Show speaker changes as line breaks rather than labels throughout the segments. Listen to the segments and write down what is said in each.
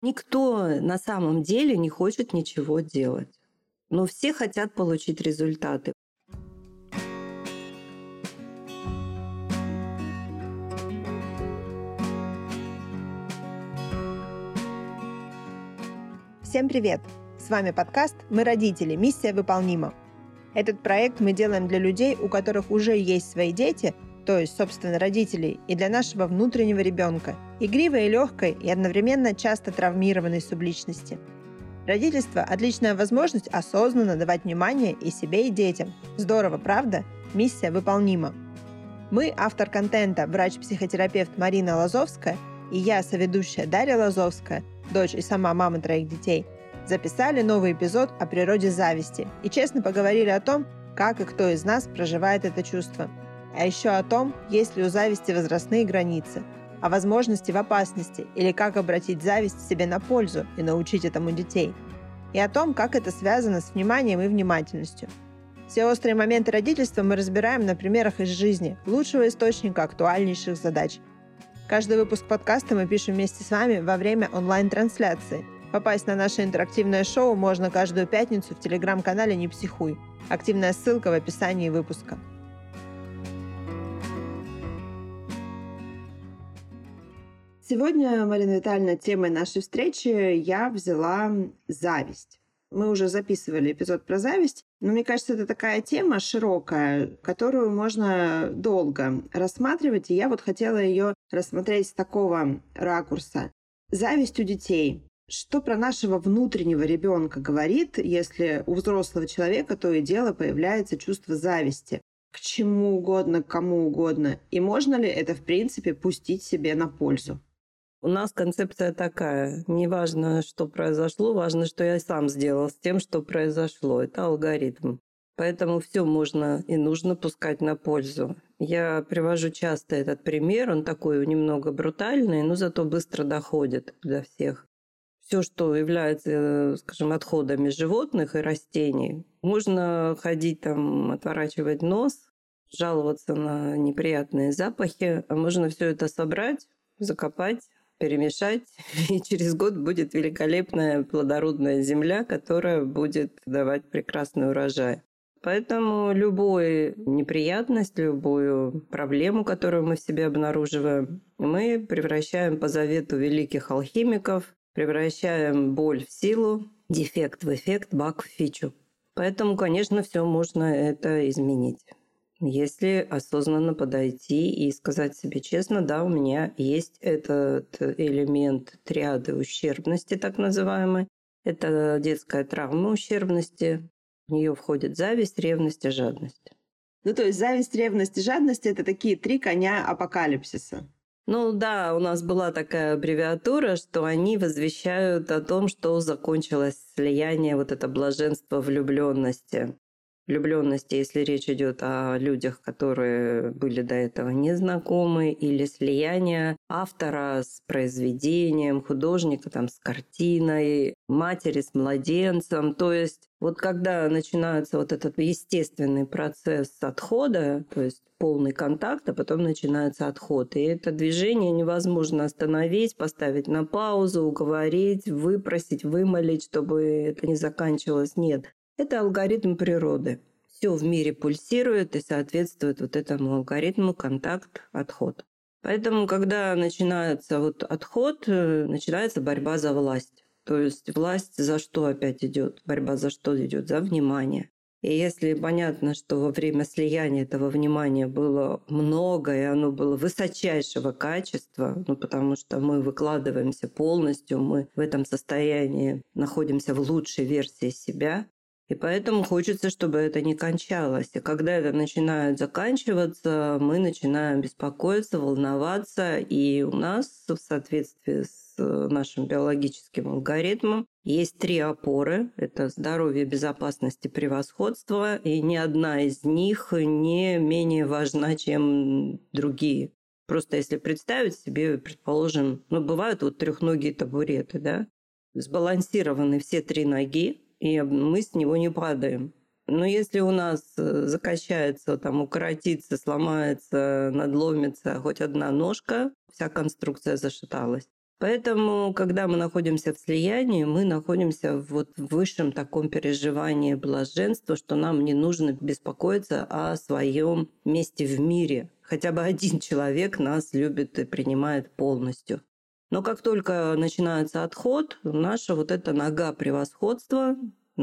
Никто на самом деле не хочет ничего делать. Но все хотят получить результаты.
Всем привет! С вами подкаст «Мы родители. Миссия выполнима». Этот проект мы делаем для людей, у которых уже есть свои дети, то есть, собственно, родителей, и для нашего внутреннего ребенка, игривой и легкой, и одновременно часто травмированной субличности. Родительство – отличная возможность осознанно давать внимание и себе, и детям. Здорово, правда? Миссия выполнима. Мы, автор контента, врач-психотерапевт Марина Лазовская, и я, соведущая Дарья Лазовская, дочь и сама мама 3 детей, записали новый эпизод о природе зависти и честно поговорили о том, как и кто из нас проживает это чувство. А еще о том, есть ли у зависти возрастные границы, о возможности в опасности или как обратить зависть себе на пользу и научить этому детей. И о том, как это связано с вниманием и внимательностью. Все острые моменты родительства мы разбираем на примерах из жизни, лучшего источника актуальнейших задач. Каждый выпуск подкаста мы пишем вместе с вами во время онлайн-трансляции. Попасть на наше интерактивное шоу можно каждую пятницу в телеграм-канале «Не психуй». Активная ссылка в описании выпуска. Сегодня, Марина Витальевна, темой нашей встречи я взяла зависть. Мы уже записывали эпизод про зависть, но мне кажется, это такая тема широкая, которую можно долго рассматривать, и я вот хотела ее рассмотреть с такого ракурса. Зависть у детей. Что про нашего внутреннего ребенка говорит, если у взрослого человека то и дело появляется чувство зависти? К чему угодно, к кому угодно. И можно ли это, в принципе, пустить себе на пользу?
У нас концепция такая. Не важно, что произошло, важно, что я сам сделал с тем, что произошло. Это алгоритм. Поэтому все можно и нужно пускать на пользу. Я привожу часто этот пример. Он такой немного брутальный, но зато быстро доходит до всех. Все, что является, скажем, отходами животных и растений, можно ходить там, отворачивать нос, жаловаться на неприятные запахи, а можно все это собрать, закопать, перемешать, и через год будет великолепная плодородная земля, которая будет давать прекрасный урожай. Поэтому любую неприятность, любую проблему, которую мы в себе обнаруживаем, мы превращаем по завету великих алхимиков, превращаем боль в силу, дефект в эффект, баг в фичу. Поэтому, конечно, все можно это изменить. Если осознанно подойти и сказать себе честно, да, у меня есть этот элемент триады ущербности, так называемый. Это детская травма ущербности. В нее входит зависть, ревность и жадность.
То есть зависть, ревность и жадность – это такие 3 коня апокалипсиса.
Да, у нас была такая аббревиатура, что они возвещают о том, что закончилось слияние, вот это блаженство влюбленности. Влюбленности, если речь идет о людях, которые были до этого незнакомы, или слияние автора с произведением, художника там, с картиной, матери с младенцем. То есть вот когда начинается вот этот естественный процесс отхода, то есть полный контакт, а потом начинается отход. И это движение невозможно остановить, поставить на паузу, уговорить, выпросить, вымолить, чтобы это не заканчивалось. Нет. Это алгоритм природы. Все в мире пульсирует и соответствует вот этому алгоритму контакт, отход. Поэтому, когда начинается вот отход, начинается борьба за власть. То есть власть за что опять идет? Борьба за что идет? За внимание. И если понятно, что во время слияния этого внимания было много, и оно было высочайшего качества, потому что мы выкладываемся полностью, мы в этом состоянии находимся в лучшей версии себя, и поэтому хочется, чтобы это не кончалось. И когда это начинает заканчиваться, мы начинаем беспокоиться, волноваться. И у нас в соответствии с нашим биологическим алгоритмом есть 3 опоры. Это здоровье, безопасность и превосходство. И ни одна из них не менее важна, чем другие. Просто если представить себе, предположим, бывают вот трехногие табуреты, да? Сбалансированы все 3 ноги, и мы с него не падаем. Но если у нас закачается, укоротится, сломается, надломится хоть одна ножка, вся конструкция зашаталась. Поэтому, когда мы находимся в слиянии, мы находимся в высшем таком переживании блаженства, что нам не нужно беспокоиться о своем месте в мире. Хотя бы один человек нас любит и принимает полностью. Но как только начинается отход, наша эта нога превосходства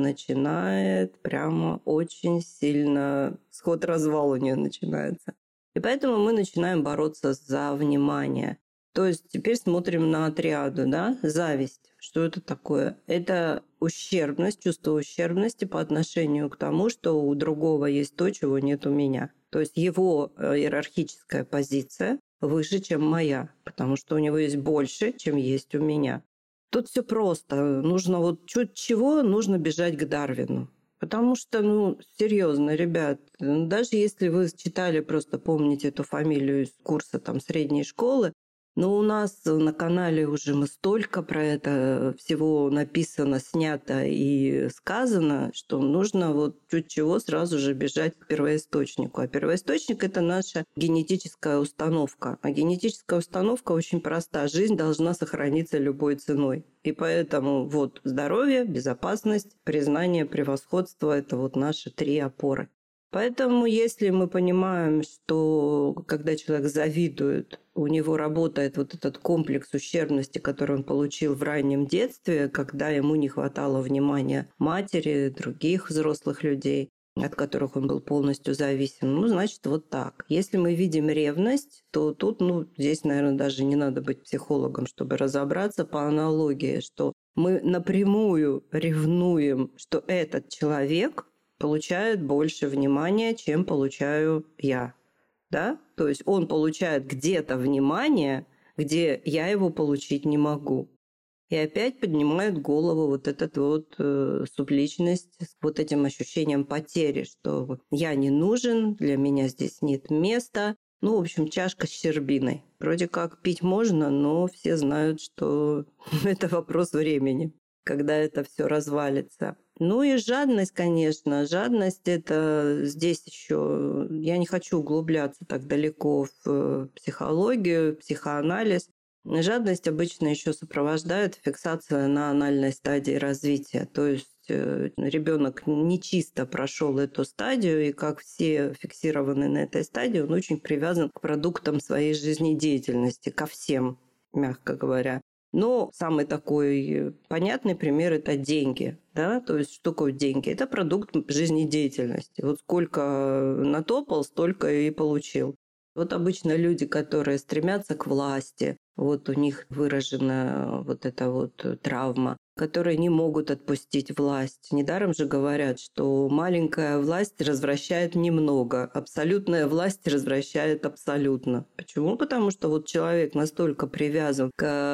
начинает прямо очень сильно, сход-развал у нее начинается. И поэтому мы начинаем бороться за внимание. То есть теперь смотрим на триаду, да? Зависть. Что это такое? Это ущербность, чувство ущербности по отношению к тому, что у другого есть то, чего нет у меня. То есть его иерархическая позиция выше, чем моя, потому что у него есть больше, чем есть у меня. Тут все просто. Нужно чуть чего, нужно бежать к Дарвину. Потому что, серьезно, ребят, даже если вы читали, просто помните эту фамилию из курса средней школы, но у нас на канале уже мы столько про это всего написано, снято и сказано, что нужно чуть чего сразу же бежать к первоисточнику. А первоисточник – это наша генетическая установка. А генетическая установка очень проста. Жизнь должна сохраниться любой ценой. И поэтому здоровье, безопасность, признание, превосходство – это наши 3 опоры. Поэтому если мы понимаем, что когда человек завидует, у него работает этот комплекс ущербности, который он получил в раннем детстве, когда ему не хватало внимания матери, других взрослых людей, от которых он был полностью зависим, значит, так. Если мы видим ревность, то тут, здесь, наверное, даже не надо быть психологом, чтобы разобраться по аналогии, что мы напрямую ревнуем, что этот человек получает больше внимания, чем получаю я. Да? То есть он получает где-то внимание, где я его получить не могу. И опять поднимает голову субличность с этим ощущением потери, что я не нужен, для меня здесь нет места. В общем, чашка с щербиной. Вроде как пить можно, но все знают, что это вопрос времени, когда это все развалится. И жадность, конечно. Жадность – это здесь еще... Я не хочу углубляться так далеко в психологию, психоанализ. Жадность обычно еще сопровождает фиксация на анальной стадии развития. То есть ребенок не чисто прошел эту стадию, и как все фиксированы на этой стадии, он очень привязан к продуктам своей жизнедеятельности, ко всем, мягко говоря. Но самый такой понятный пример – это деньги. Да? То есть что такое деньги? Это продукт жизнедеятельности. Сколько натопал, столько и получил. Обычно люди, которые стремятся к власти, у них выражена эта травма, которые не могут отпустить власть. Недаром же говорят, что маленькая власть развращает немного, абсолютная власть развращает абсолютно. Почему? Потому что человек настолько привязан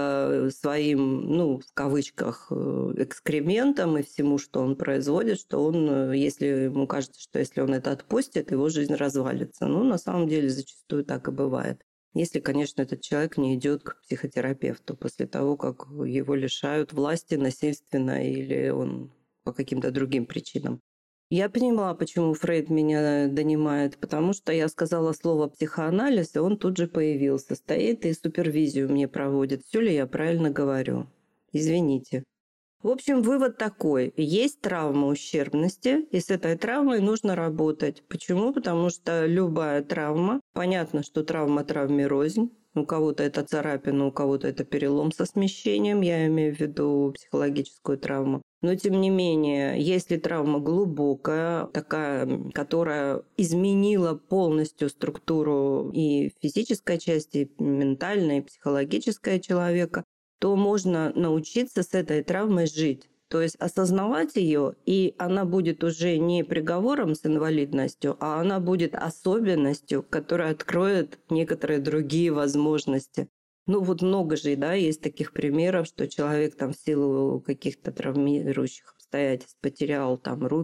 к своим, в кавычках, экскрементам и всему, что он производит, что он, если ему кажется, что если он это отпустит, его жизнь развалится. На самом деле зачастую так и бывает. Если, конечно, этот человек не идет к психотерапевту после того, как его лишают власти насильственно или он по каким-то другим причинам. Я поняла, почему Фрейд меня донимает, потому что я сказала слово «психоанализ», и он тут же появился. Стоит и супервизию мне проводит. Все ли я правильно говорю? Извините. В общем, вывод такой. Есть травма ущербности, и с этой травмой нужно работать. Почему? Потому что любая травма, понятно, что травма травме рознь. У кого-то это царапина, у кого-то это перелом со смещением, я имею в виду психологическую травму. Но, тем не менее, если травма глубокая, такая, которая изменила полностью структуру и физической части, и ментальной, и психологической человека, то можно научиться с этой травмой жить. То есть осознавать ее, и она будет уже не приговором с инвалидностью, а она будет особенностью, которая откроет некоторые другие возможности. Много же, да, есть таких примеров, что человек в силу каких-то травмирующих обстоятельств потерял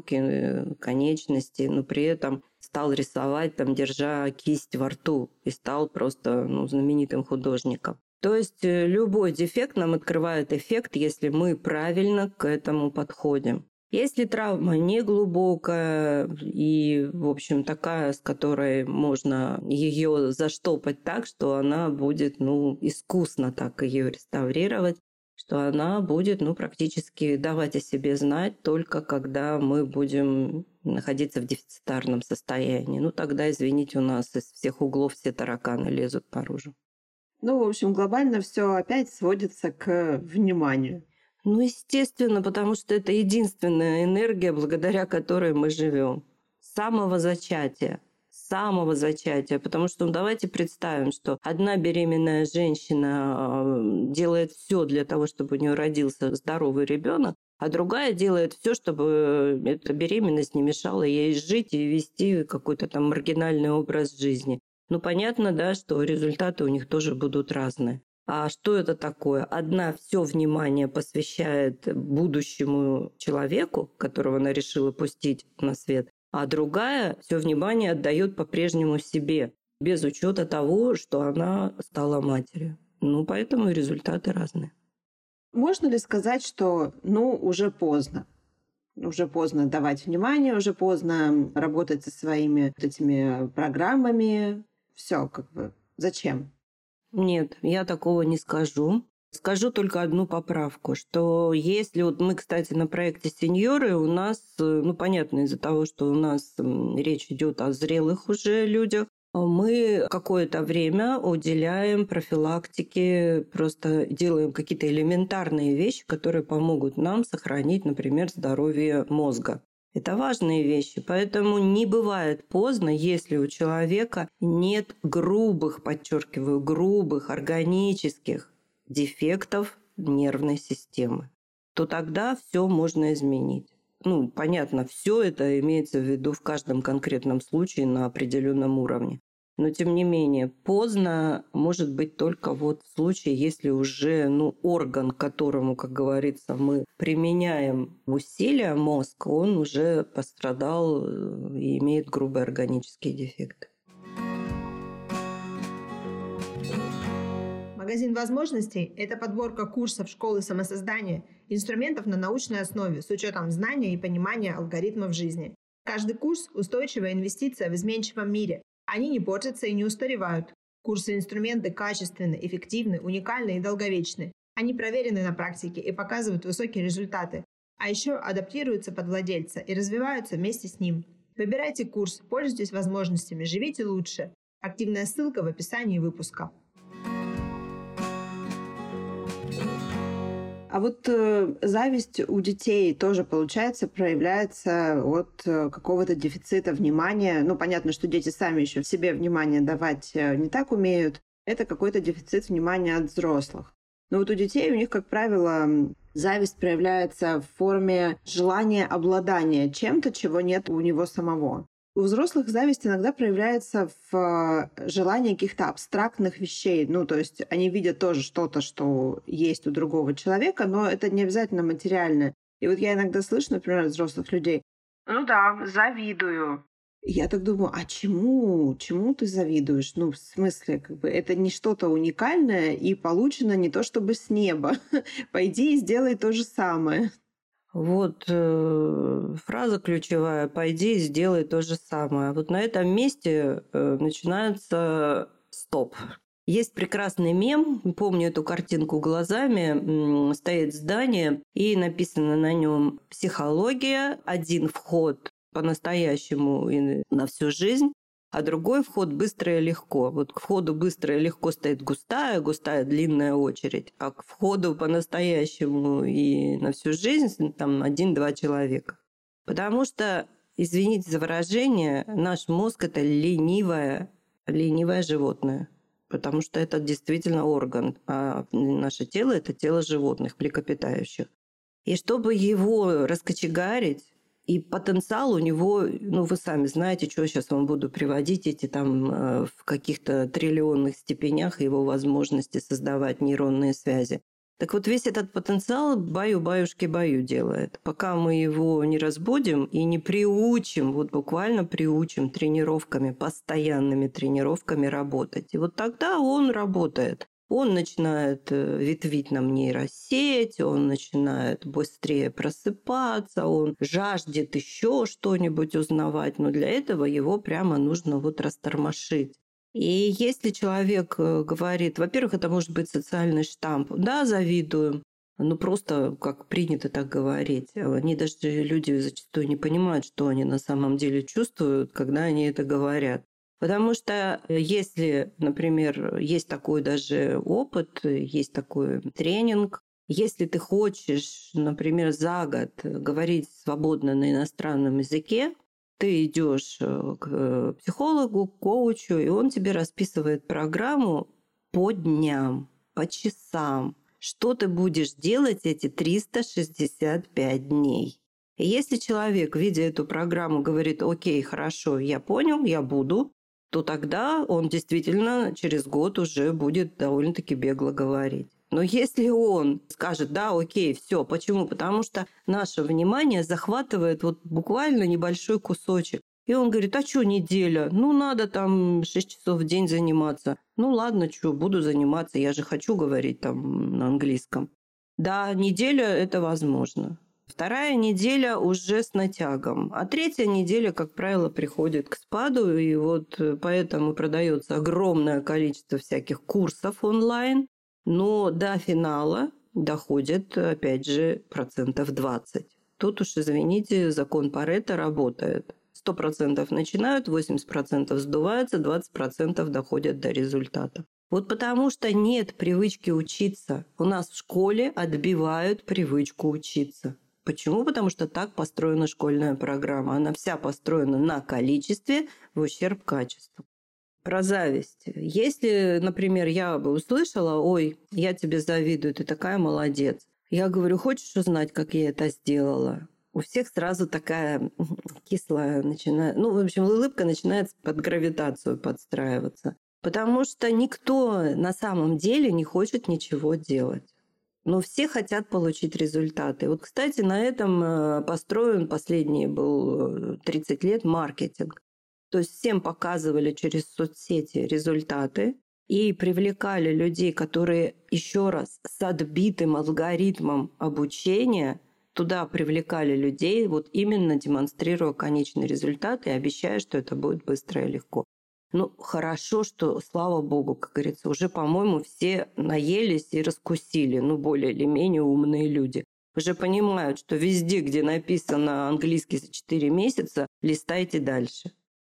руки, конечности, но при этом стал рисовать, держа кисть во рту, и стал просто знаменитым художником. То есть любой дефект нам открывает эффект, если мы правильно к этому подходим. Если травма не глубокая и, в общем, такая, с которой можно ее заштопать так, что она будет, искусно так ее реставрировать, что она будет, практически давать о себе знать только когда мы будем находиться в дефицитарном состоянии. Тогда, извините, у нас из всех углов все тараканы лезут наружу.
В общем, глобально все опять сводится к вниманию.
Естественно, потому что это единственная энергия, благодаря которой мы живем. С самого зачатия. Потому что давайте представим, что одна беременная женщина делает все для того, чтобы у нее родился здоровый ребенок, а другая делает все, чтобы эта беременность не мешала ей жить и вести какой-то там маргинальный образ жизни. Понятно, да, что результаты у них тоже будут разные. А что это такое? Одна все внимание посвящает будущему человеку, которого она решила пустить на свет, а другая все внимание отдает по-прежнему себе, без учета того, что она стала матерью. Поэтому и результаты разные.
Можно ли сказать, что уже поздно? Уже поздно давать внимание, уже поздно работать со своими этими программами. Все, зачем?
Нет, я такого не скажу. Скажу только одну поправку, что если мы, кстати, на проекте «Сеньоры», у нас, понятно, из-за того, что у нас речь идет о зрелых уже людях, мы какое-то время уделяем профилактике, просто делаем какие-то элементарные вещи, которые помогут нам сохранить, например, здоровье мозга. Это важные вещи, поэтому не бывает поздно, если у человека нет грубых, подчеркиваю, грубых органических дефектов нервной системы, то тогда все можно изменить. Понятно, все это имеется в виду в каждом конкретном случае на определенном уровне. Но, тем не менее, поздно может быть только в случае, если уже орган, к которому, как говорится, мы применяем усилия, мозг, он уже пострадал и имеет грубые органические дефекты.
Магазин возможностей – это подборка курсов школы самосоздания, инструментов на научной основе с учетом знания и понимания алгоритмов жизни. Каждый курс – устойчивая инвестиция в изменчивом мире. Они не портятся и не устаревают. Курсы и инструменты качественны, эффективны, уникальны и долговечны. Они проверены на практике и показывают высокие результаты. А еще адаптируются под владельца и развиваются вместе с ним. Выбирайте курс, пользуйтесь возможностями, живите лучше. Активная ссылка в описании выпуска. А зависть у детей тоже, получается, проявляется от какого-то дефицита внимания. Понятно, что дети сами еще в себе внимание давать не так умеют. Это какой-то дефицит внимания от взрослых. Но у детей, у них, как правило, зависть проявляется в форме желания обладания чем-то, чего нет у него самого. У взрослых зависть иногда проявляется в желании каких-то абстрактных вещей. То есть они видят тоже что-то, что есть у другого человека, но это не обязательно материальное. И я иногда слышу, например, от взрослых людей: завидую. Я так думаю, а чему? Чему ты завидуешь? В смысле, это не что-то уникальное и получено не то чтобы с неба. Пойди и сделай то же самое.
Фраза ключевая: «Пойди и сделай то же самое». На этом месте начинается стоп. Есть прекрасный мем, помню эту картинку глазами, стоит здание и написано на нем: «Психология, один вход по-настоящему и на всю жизнь, а другой вход быстро и легко». К входу быстро и легко стоит густая длинная очередь, а к входу по-настоящему и на всю жизнь там 1-2 человека. Потому что, извините за выражение, наш мозг – это ленивое животное. Потому что это действительно орган, а наше тело – это тело животных, млекопитающих. И чтобы его раскочегарить, и потенциал у него, вы сами знаете, что я сейчас вам буду приводить, эти в каких-то триллионных степенях его возможности создавать нейронные связи. Так весь этот потенциал баю-баюшки-баю делает. Пока мы его не разбудим и не приучим, буквально приучим тренировками, постоянными тренировками работать. И тогда он работает. Он начинает ветвить нам нейросеть, он начинает быстрее просыпаться, он жаждет еще что-нибудь узнавать, но для этого его прямо нужно вот растормошить. И если человек говорит, во-первых, это может быть социальный штамп, да, завидуем, ну просто как принято так говорить. Они даже, люди зачастую не понимают, что они на самом деле чувствуют, когда они это говорят. Потому что если, например, есть такой даже опыт, есть такой тренинг, если ты хочешь, например, за год говорить свободно на иностранном языке, ты идешь к психологу, к коучу, и он тебе расписывает программу по дням, по часам, что ты будешь делать эти 365 дней. И если человек, видя эту программу, говорит: окей, хорошо, я понял, я буду, то тогда он действительно через год уже будет довольно-таки бегло говорить. Но если он скажет: да, окей, все, почему? Потому что наше внимание захватывает вот буквально небольшой кусочек. И он говорит: а что неделя? Ну, надо там 6 часов в день заниматься. Ну, ладно, что, буду заниматься, я же хочу говорить там на английском. Да, неделя – это возможно. Вторая неделя уже с натягом, а третья неделя, как правило, приходит к спаду, и вот поэтому продается огромное количество всяких курсов онлайн, но до финала доходит, опять же, 20%. Тут уж, извините, закон Парето работает. 100% начинают, 80% сдуваются, 20% доходят до результата. Вот потому что нет привычки учиться. У нас в школе отбивают привычку учиться. Почему? Потому что так построена школьная программа. Она вся построена на количестве в ущерб качеству. Про зависть. Если, например, я бы услышала: ой, я тебе завидую, ты такая молодец. Я говорю: хочешь узнать, как я это сделала? У всех сразу такая кислая начинает... Ну, в общем, улыбка начинает под гравитацию подстраиваться. Потому что никто на самом деле не хочет ничего делать. Но все хотят получить результаты. Вот, кстати, на этом построен последние был 30 лет маркетинг. То есть всем показывали через соцсети результаты и привлекали людей, которые, еще раз, с отбитым алгоритмом обучения, туда привлекали людей, вот именно демонстрируя конечный результат и обещая, что это будет быстро и легко. Ну, хорошо, что, слава богу, как говорится, уже, по-моему, все наелись и раскусили, ну, более или менее умные люди. Уже понимают, что везде, где написано английский за 4 месяца, листайте дальше.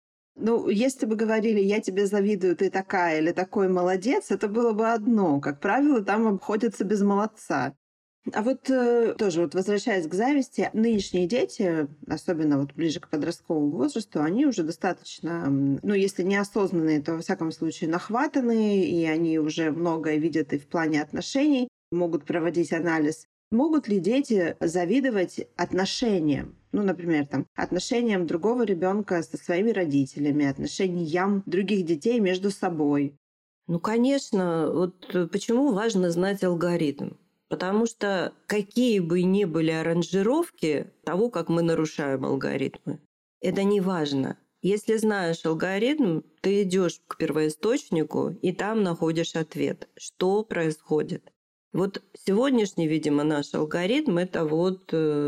Ну, если бы говорили: я тебе завидую, ты такая или такой молодец, это было бы одно. Как правило, там обходятся без молодца. А вот тоже вот возвращаясь к зависти, нынешние дети, особенно вот ближе к подростковому возрасту, они уже достаточно, ну, если неосознанные, то, во всяком случае, нахватанные, и они уже многое видят и в плане отношений, могут проводить анализ. Могут ли дети завидовать отношениям? Ну, например, там, отношениям другого ребенка со своими родителями, отношениям других детей между собой?
Ну, конечно. Вот почему важно знать алгоритм? Потому что какие бы ни были аранжировки того, как мы нарушаем алгоритмы, это не важно. Если знаешь алгоритм, ты идешь к первоисточнику и там находишь ответ, что происходит. Вот сегодняшний, видимо, наш алгоритм – это вот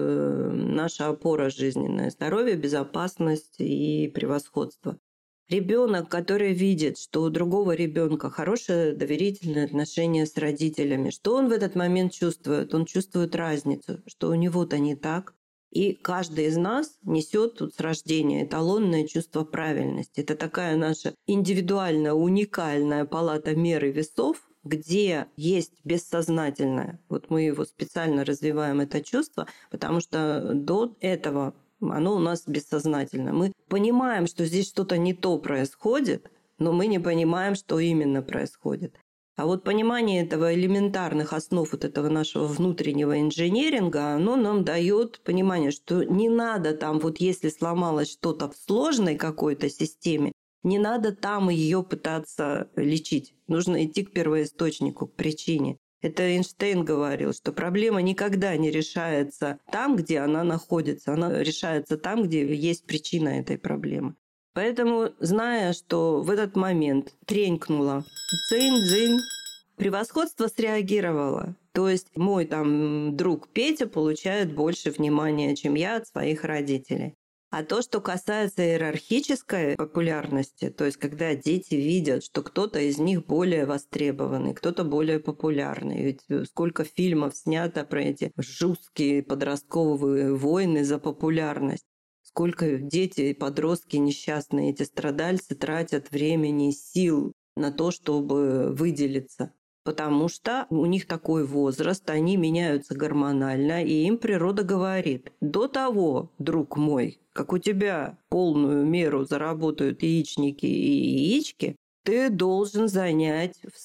наша опора жизненная, здоровье, безопасность и превосходство. Ребенок, который видит, что у другого ребенка хорошее доверительное отношение с родителями, что он в этот момент чувствует? Он чувствует разницу, что у него-то не так. И каждый из нас несет тут с рождения эталонное чувство правильности. Это такая наша индивидуальная, уникальная палата мер и весов, где есть бессознательное. Вот мы его специально развиваем, это чувство, потому что до этого оно у нас бессознательно. Мы понимаем, что здесь что-то не то происходит, но мы не понимаем, что именно происходит. А вот понимание этого элементарных основ вот этого нашего внутреннего инженеринга, оно нам дает понимание, что не надо там, вот если сломалось что-то в сложной какой-то системе, не надо там ее пытаться лечить. Нужно идти к первоисточнику, к причине. Это Эйнштейн говорил, что проблема никогда не решается там, где она находится. Она решается там, где есть причина этой проблемы. Поэтому, зная, что в этот момент тренькнуло дзынь-дзынь, Превосходство среагировало. То есть мой там друг Петя получает больше внимания, чем я от своих родителей. А то, что касается иерархической популярности, то есть когда дети видят, что кто-то из них более востребованный, кто-то более популярный. Ведь сколько фильмов снято про эти жуткие подростковые войны за популярность. Сколько дети и подростки несчастные, эти страдальцы, тратят времени и сил на то, чтобы выделиться. Потому что у них такой возраст, они меняются гормонально, и им природа говорит: до того, друг мой, как у тебя полную меру заработают яичники и яички, ты должен занять в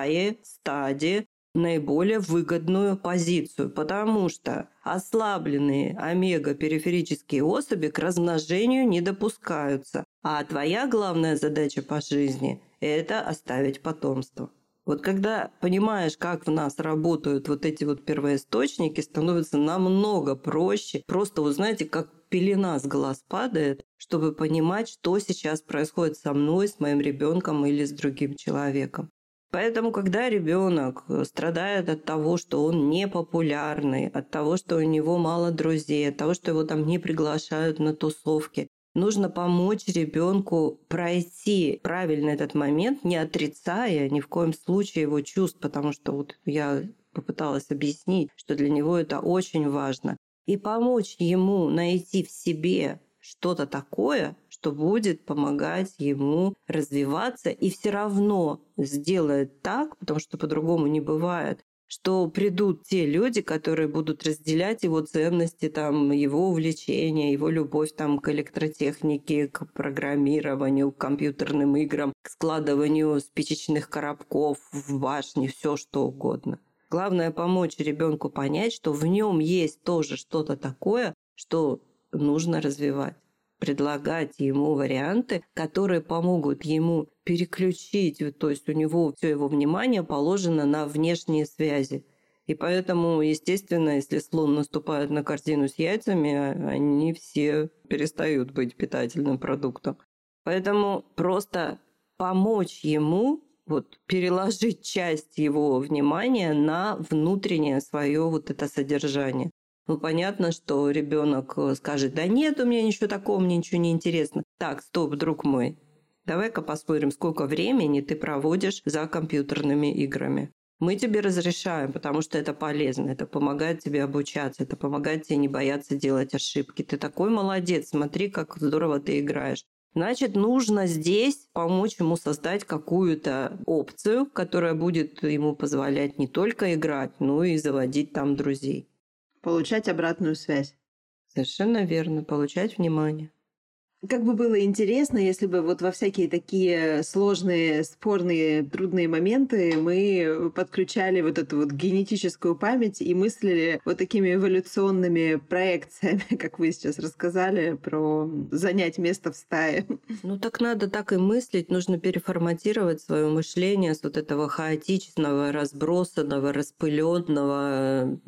стаде наиболее выгодную позицию, потому что ослабленные омега-периферические особи к размножению не допускаются, а твоя главная задача по жизни – это оставить потомство. Вот когда понимаешь, как в нас работают вот эти вот первоисточники, становится намного проще. Просто, вы знаете, как пелена с глаз падает, чтобы понимать, что сейчас происходит со мной, с моим ребенком или с другим человеком. Поэтому, когда ребенок страдает от того, что он не популярный, от того, что у него мало друзей, от того, что его там не приглашают на тусовки, нужно помочь ребенку пройти правильно этот момент, не отрицая ни в коем случае его чувств, потому что вот я попыталась объяснить, что для него это очень важно, и помочь ему найти в себе что-то такое, что будет помогать ему развиваться, и все равно сделает так, потому что по-другому не бывает, что придут те люди, которые будут разделять его ценности, там, его увлечения, его любовь там, к электротехнике, к программированию, к компьютерным играм, к складыванию спичечных коробков в башне, все что угодно. Главное помочь ребенку понять, что в нем есть тоже что-то такое, что нужно развивать. Предлагать ему варианты, которые помогут ему переключить, то есть у него все его внимание положено на внешние связи. И поэтому, естественно, если слон наступает на корзину с яйцами, они все перестают быть питательным продуктом. Поэтому просто помочь ему переложить часть его внимания на внутреннее свое вот это содержание. Понятно, что ребенок скажет: да нет, у меня ничего такого, мне ничего не интересно. Так, стоп, друг мой, давай-ка посмотрим, сколько времени ты проводишь за компьютерными играми. Мы тебе разрешаем, потому что это полезно, это помогает тебе обучаться, это помогает тебе не бояться делать ошибки. Ты такой молодец, смотри, как здорово ты играешь. Значит, нужно здесь помочь ему создать какую-то опцию, которая будет ему позволять не только играть, но и заводить там друзей.
Получать обратную связь.
Совершенно верно, получать внимание.
Как бы было интересно, если бы во всякие такие сложные, спорные, трудные моменты мы подключали эту генетическую память и мыслили такими эволюционными проекциями, как вы сейчас рассказали, про занять место в стае.
Так надо так и мыслить, нужно переформатировать свое мышление с этого хаотичного, разбросанного, распыленного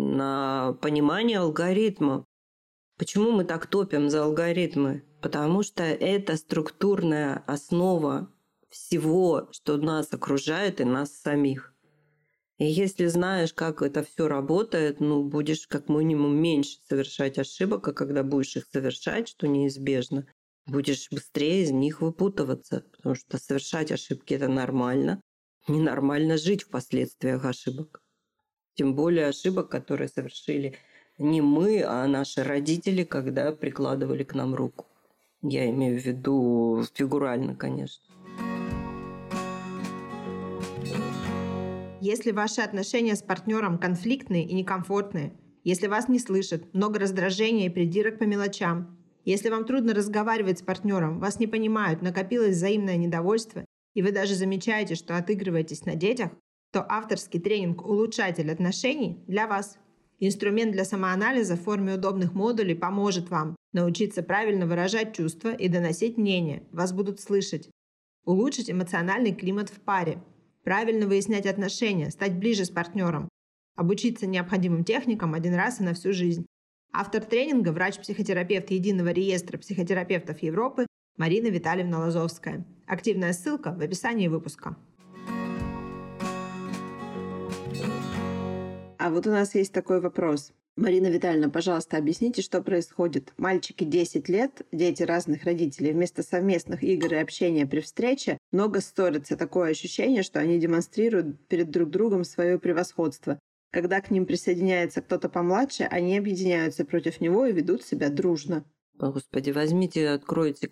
на понимание алгоритмов. Почему мы так топим за алгоритмы? Потому что это структурная основа всего, что нас окружает и нас самих. И если знаешь, как это все работает, будешь как минимум меньше совершать ошибок, а когда будешь их совершать, что неизбежно, будешь быстрее из них выпутываться. Потому что совершать ошибки – это нормально. Ненормально жить в последствиях ошибок. Тем более ошибок, которые совершили не мы, а наши родители, когда прикладывали к нам руку. Я имею в виду фигурально, конечно.
Если ваши отношения с партнером конфликтные и некомфортные, если вас не слышат, много раздражения и придирок по мелочам, если вам трудно разговаривать с партнером, вас не понимают, накопилось взаимное недовольство, и вы даже замечаете, что отыгрываетесь на детях, то авторский тренинг «Улучшатель отношений» для вас. Инструмент для самоанализа в форме удобных модулей поможет вам научиться правильно выражать чувства и доносить мнение. Вас будут слышать. Улучшить эмоциональный климат в паре. Правильно выяснять отношения, стать ближе с партнером. Обучиться необходимым техникам один раз и на всю жизнь. Автор тренинга – врач-психотерапевт Единого реестра психотерапевтов Европы Марина Витальевна Лазовская. Активная ссылка в описании выпуска. А вот у нас есть такой вопрос. Марина Витальевна, пожалуйста, объясните, что происходит. Мальчики 10 лет, дети разных родителей, вместо совместных игр и общения при встрече много ссорятся. Такое ощущение, что они демонстрируют перед друг другом свое превосходство. Когда к ним присоединяется кто-то помладше, они объединяются против него и ведут себя дружно.
Господи, возьмите, откройте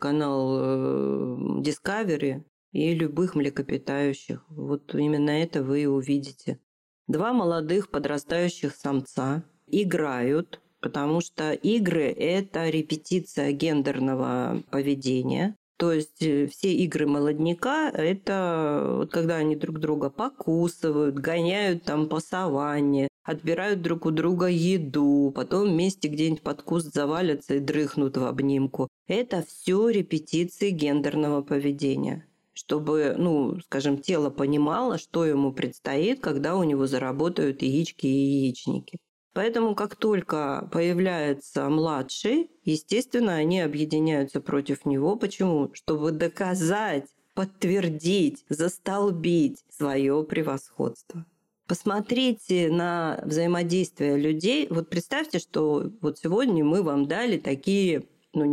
канал Discovery и любых млекопитающих. Вот именно это вы и увидите. Два молодых подрастающих самца играют, потому что игры – это репетиция гендерного поведения. То есть все игры молодняка – это вот когда они друг друга покусывают, гоняют там по саванне, отбирают друг у друга еду, потом вместе где-нибудь под куст завалятся и дрыхнут в обнимку. Это все репетиции гендерного поведения, чтобы, скажем, тело понимало, что ему предстоит, когда у него заработают яички и яичники. Поэтому, как только появляется младший, естественно, они объединяются против него. Почему? Чтобы доказать, подтвердить, застолбить свое превосходство. Посмотрите на взаимодействие людей. Вот представьте, что вот сегодня мы вам дали такие,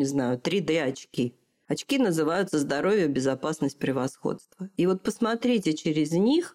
3D-очки. Очки называются «Здоровье, безопасность, превосходство». И вот посмотрите через них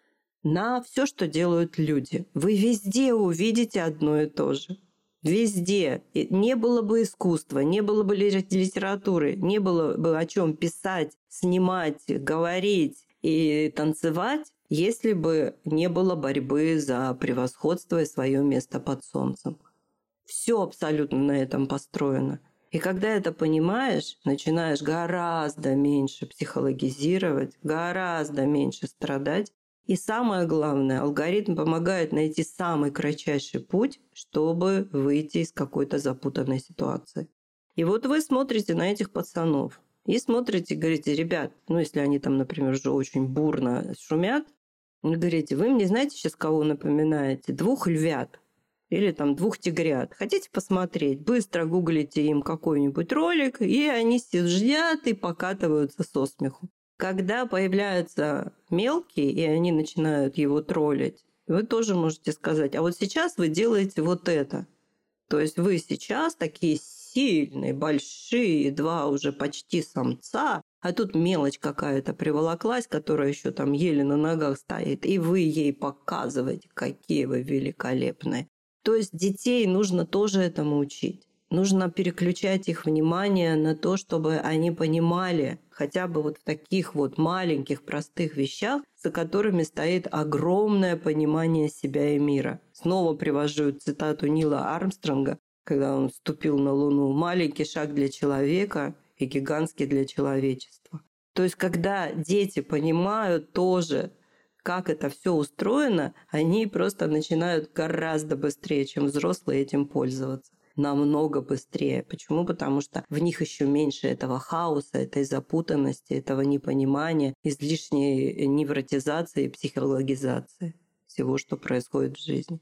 на все, что делают люди. Вы везде увидите одно и то же. Везде. И не было бы искусства, не было бы литературы, не было бы о чем писать, снимать, говорить и танцевать, если бы не было борьбы за превосходство и свое место под солнцем. Все абсолютно на этом построено. И когда это понимаешь, начинаешь гораздо меньше психологизировать, гораздо меньше страдать. И самое главное, алгоритм помогает найти самый кратчайший путь, чтобы выйти из какой-то запутанной ситуации. И вот вы смотрите на этих пацанов и смотрите, говорите: ребят, если они там, например, уже очень бурно шумят, вы говорите: вы мне знаете сейчас кого напоминаете? 2 львят или там 2 тигрят. Хотите посмотреть? Быстро гуглите им какой-нибудь ролик, и они сидят и покатываются со смеху. Когда появляются мелкие, и они начинают его троллить, вы тоже можете сказать: а вот сейчас вы делаете вот это. То есть вы сейчас такие сильные, большие, 2 уже почти самца, а тут мелочь какая-то приволоклась, которая еще там еле на ногах стоит, и вы ей показываете, какие вы великолепные. То есть детей нужно тоже этому учить. Нужно переключать их внимание на то, чтобы они понимали хотя бы вот в таких вот маленьких простых вещах, за которыми стоит огромное понимание себя и мира. Снова привожу цитату Нила Армстронга, когда он вступил на Луну: «Маленький шаг для человека и гигантский для человечества». То есть когда дети понимают тоже, как это все устроено, они просто начинают гораздо быстрее, чем взрослые, этим пользоваться. Намного быстрее. Почему? Потому что в них еще меньше этого хаоса, этой запутанности, этого непонимания, излишней невротизации и психологизации всего, что происходит в жизни.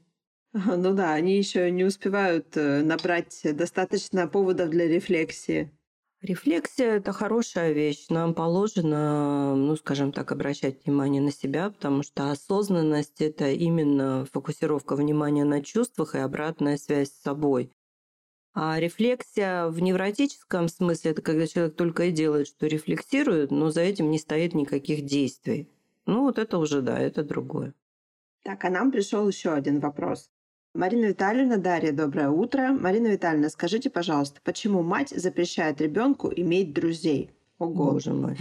Ну да, они еще не успевают набрать достаточно поводов для рефлексии.
Рефлексия – это хорошая вещь. Нам положено, скажем так, обращать внимание на себя, потому что осознанность – это именно фокусировка внимания на чувствах и обратная связь с собой. А рефлексия в невротическом смысле – это когда человек только и делает, что рефлексирует, но за этим не стоит никаких действий. Вот это уже, да, это другое.
Так, а нам пришел еще один вопрос. Марина Витальевна, Дарья, доброе утро. Марина Витальевна, скажите, пожалуйста, почему мать запрещает ребенку иметь друзей? Ого.
Боже мой.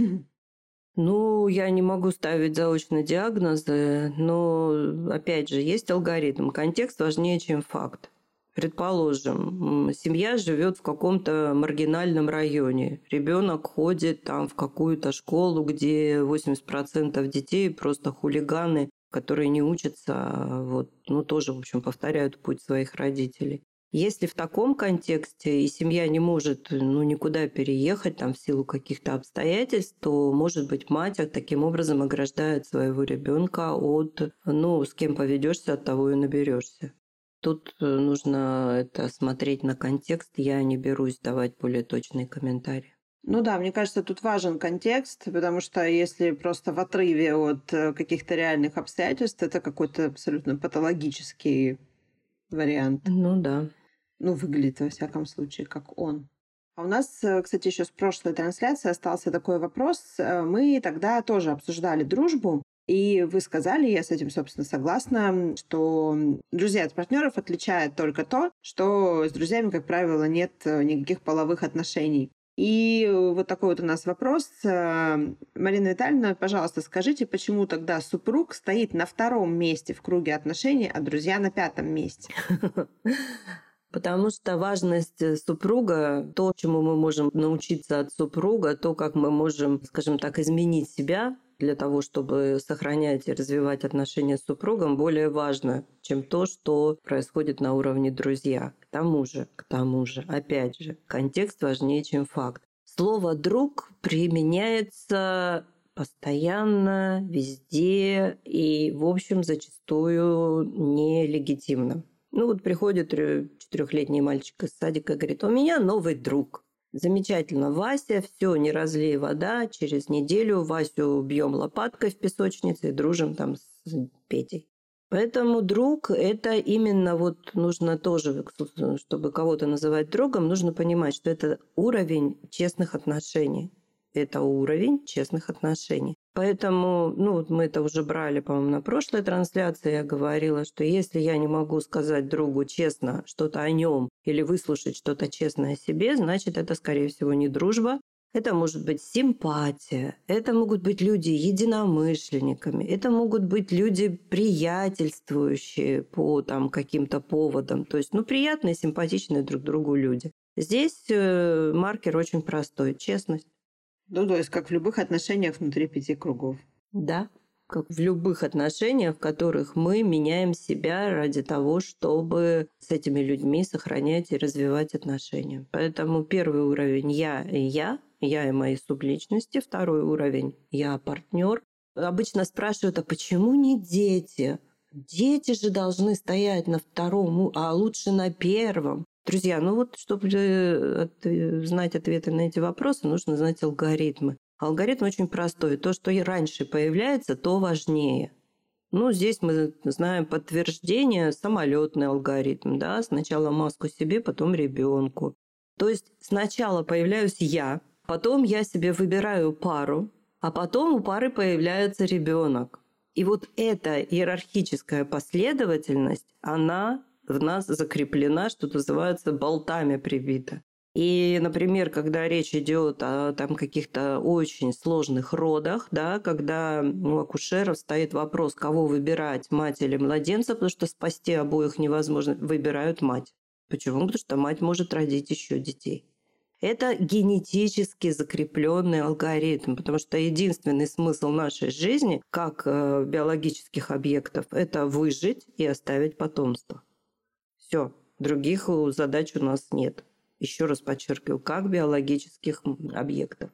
Я не могу ставить заочно диагнозы, но, опять же, есть алгоритм. Контекст важнее, чем факт. Предположим, семья живет в каком-то маргинальном районе. Ребенок ходит там в какую-то школу, где 80% детей просто хулиганы, которые не учатся, тоже, в общем, повторяют путь своих родителей. Если в таком контексте и семья не может никуда переехать там в силу каких-то обстоятельств, то, может быть, мать таким образом ограждает своего ребенка от с кем поведешься, от того и наберешься. Тут нужно это смотреть на контекст. Я не берусь давать более точные комментарии.
Ну да, мне кажется, тут важен контекст, потому что если просто в отрыве от каких-то реальных обстоятельств, это какой-то абсолютно патологический вариант.
Ну да.
Ну, выглядит, во всяком случае, как он. А у нас, кстати, еще с прошлой трансляции остался такой вопрос. Мы тогда тоже обсуждали дружбу, и вы сказали, я с этим, собственно, согласна, что друзья от партнеров отличает только то, что с друзьями, как правило, нет никаких половых отношений. И вот такой вот у нас вопрос. Марина Витальевна, пожалуйста, скажите, почему тогда супруг стоит на втором месте в круге отношений, а друзья на пятом месте?
Потому что важность супруга, то, чему мы можем научиться от супруга, то, как мы можем, скажем так, изменить себя для того, чтобы сохранять и развивать отношения с супругом, более важно, чем то, что происходит на уровне друзья. К тому же, опять же, контекст важнее, чем факт. Слово «друг» применяется постоянно, везде и, в общем, зачастую нелегитимно. Ну вот приходит 4-летний мальчик из садика и говорит: у меня новый друг. Замечательно, Вася, все, не разлей вода, через неделю Васю бьем лопаткой в песочнице и дружим там с Петей. Поэтому друг – это именно вот нужно тоже, чтобы кого-то называть другом, нужно понимать, что это уровень честных отношений. Это уровень честных отношений. Поэтому, вот мы это уже брали, по-моему, на прошлой трансляции. Я говорила, что если я не могу сказать другу честно что-то о нем или выслушать что-то честное о себе, значит, это, скорее всего, не дружба. Это может быть симпатия, это могут быть люди единомышленниками, это могут быть люди приятельствующие по каким-то поводам. То есть, приятные, симпатичные друг другу люди. Здесь маркер очень простой – честность.
Ну, то есть, как в любых отношениях внутри 5 кругов.
Да, как в любых отношениях, в которых мы меняем себя ради того, чтобы с этими людьми сохранять и развивать отношения. Поэтому первый уровень я и мои субличности. Второй уровень я партнер. Обычно спрашивают, а почему не дети? Дети же должны стоять на втором, а лучше на первом. Друзья, чтобы знать ответы на эти вопросы, нужно знать алгоритмы. Алгоритм очень простой. То, что и раньше появляется, то важнее. Здесь мы знаем подтверждение, самолетный алгоритм. Да? Сначала маску себе, потом ребенку. То есть сначала появляюсь я, потом я себе выбираю пару, а потом у пары появляется ребенок. И вот эта иерархическая последовательность, она в нас закреплена, что называется, болтами прибита. И, например, когда речь идет о каких-то очень сложных родах, да, когда у акушеров стоит вопрос, кого выбирать, мать или младенца, потому что спасти обоих невозможно, выбирают мать. Почему? Потому что мать может родить еще детей. Это генетически закрепленный алгоритм, потому что единственный смысл нашей жизни, как биологических объектов, это выжить и оставить потомство. Все, других задач у нас нет. Еще раз подчеркиваю, как биологических объектов.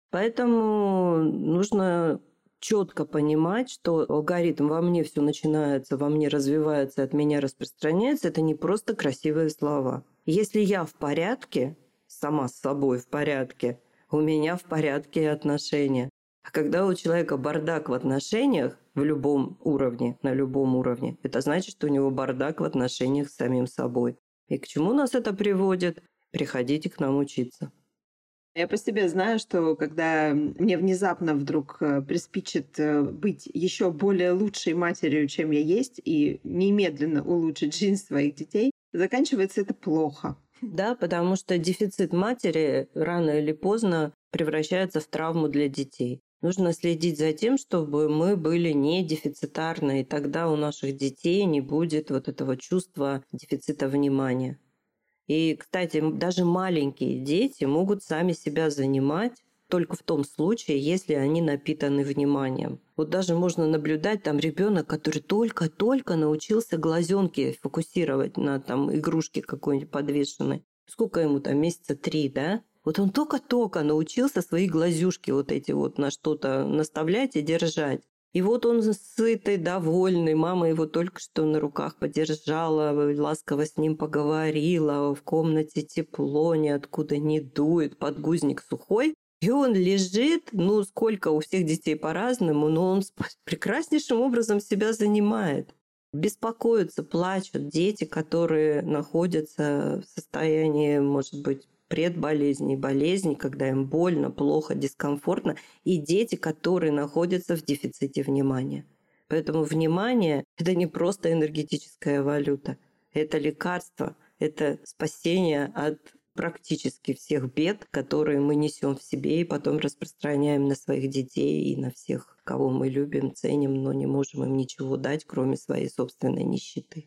Поэтому нужно четко понимать, что алгоритм во мне все начинается, во мне развивается, от меня распространяется. Это не просто красивые слова. Если я в порядке, сама с собой в порядке, у меня в порядке и отношения. А когда у человека бардак в отношениях, в любом уровне, на любом уровне, это значит, что у него бардак в отношениях с самим собой. И к чему нас это приводит? Приходите к нам учиться.
Я по себе знаю, что когда мне внезапно вдруг приспичит быть еще более лучшей матерью, чем я есть, и немедленно улучшить жизнь своих детей, заканчивается это плохо.
Да, потому что дефицит матери рано или поздно превращается в травму для детей. Нужно следить за тем, чтобы мы были не дефицитарны, и тогда у наших детей не будет вот этого чувства дефицита внимания. И, кстати, даже маленькие дети могут сами себя занимать только в том случае, если они напитаны вниманием. Вот даже можно наблюдать ребенок, который только-только научился глазенки фокусировать на игрушке какой-нибудь подвешенной. Сколько ему месяца 3, да? Вот он только-только научился свои глазюшки на что-то наставлять и держать. И вот он сытый, довольный, мама его только что на руках подержала, ласково с ним поговорила, в комнате тепло, ниоткуда не дует, подгузник сухой. И он лежит, сколько у всех детей по-разному, но он прекраснейшим образом себя занимает. Беспокоятся, плачут дети, которые находятся в состоянии, может быть, предболезни, болезни, когда им больно, плохо, дискомфортно, и дети, которые находятся в дефиците внимания. Поэтому внимание – это не просто энергетическая валюта, это лекарство, это спасение от практически всех бед, которые мы несем в себе и потом распространяем на своих детей и на всех, кого мы любим, ценим, но не можем им ничего дать, кроме своей собственной нищеты.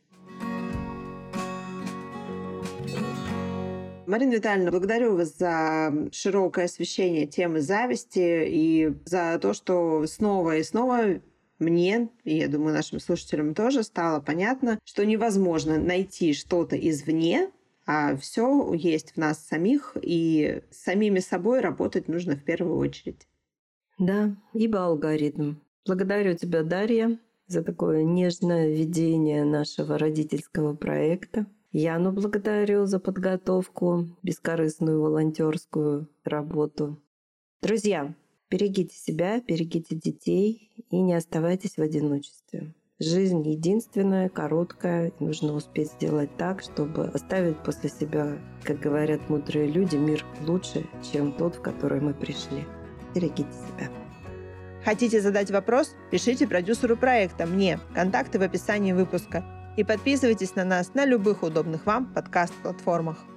Марина Витальевна, благодарю вас за широкое освещение темы зависти и за то, что снова и снова мне, и я думаю, нашим слушателям тоже стало понятно, что невозможно найти что-то извне, а все есть в нас самих, и с самими собой работать нужно в первую очередь.
Да, ибо алгоритм. Благодарю тебя, Дарья, за такое нежное ведение нашего родительского проекта. Яну благодарю за подготовку, бескорыстную волонтерскую работу. Друзья, берегите себя, берегите детей и не оставайтесь в одиночестве. Жизнь единственная, короткая, и нужно успеть сделать так, чтобы оставить после себя, как говорят мудрые люди, мир лучше, чем тот, в который мы пришли. Берегите себя.
Хотите задать вопрос? Пишите продюсеру проекта, мне. Контакты в описании выпуска. И подписывайтесь на нас на любых удобных вам подкаст-платформах.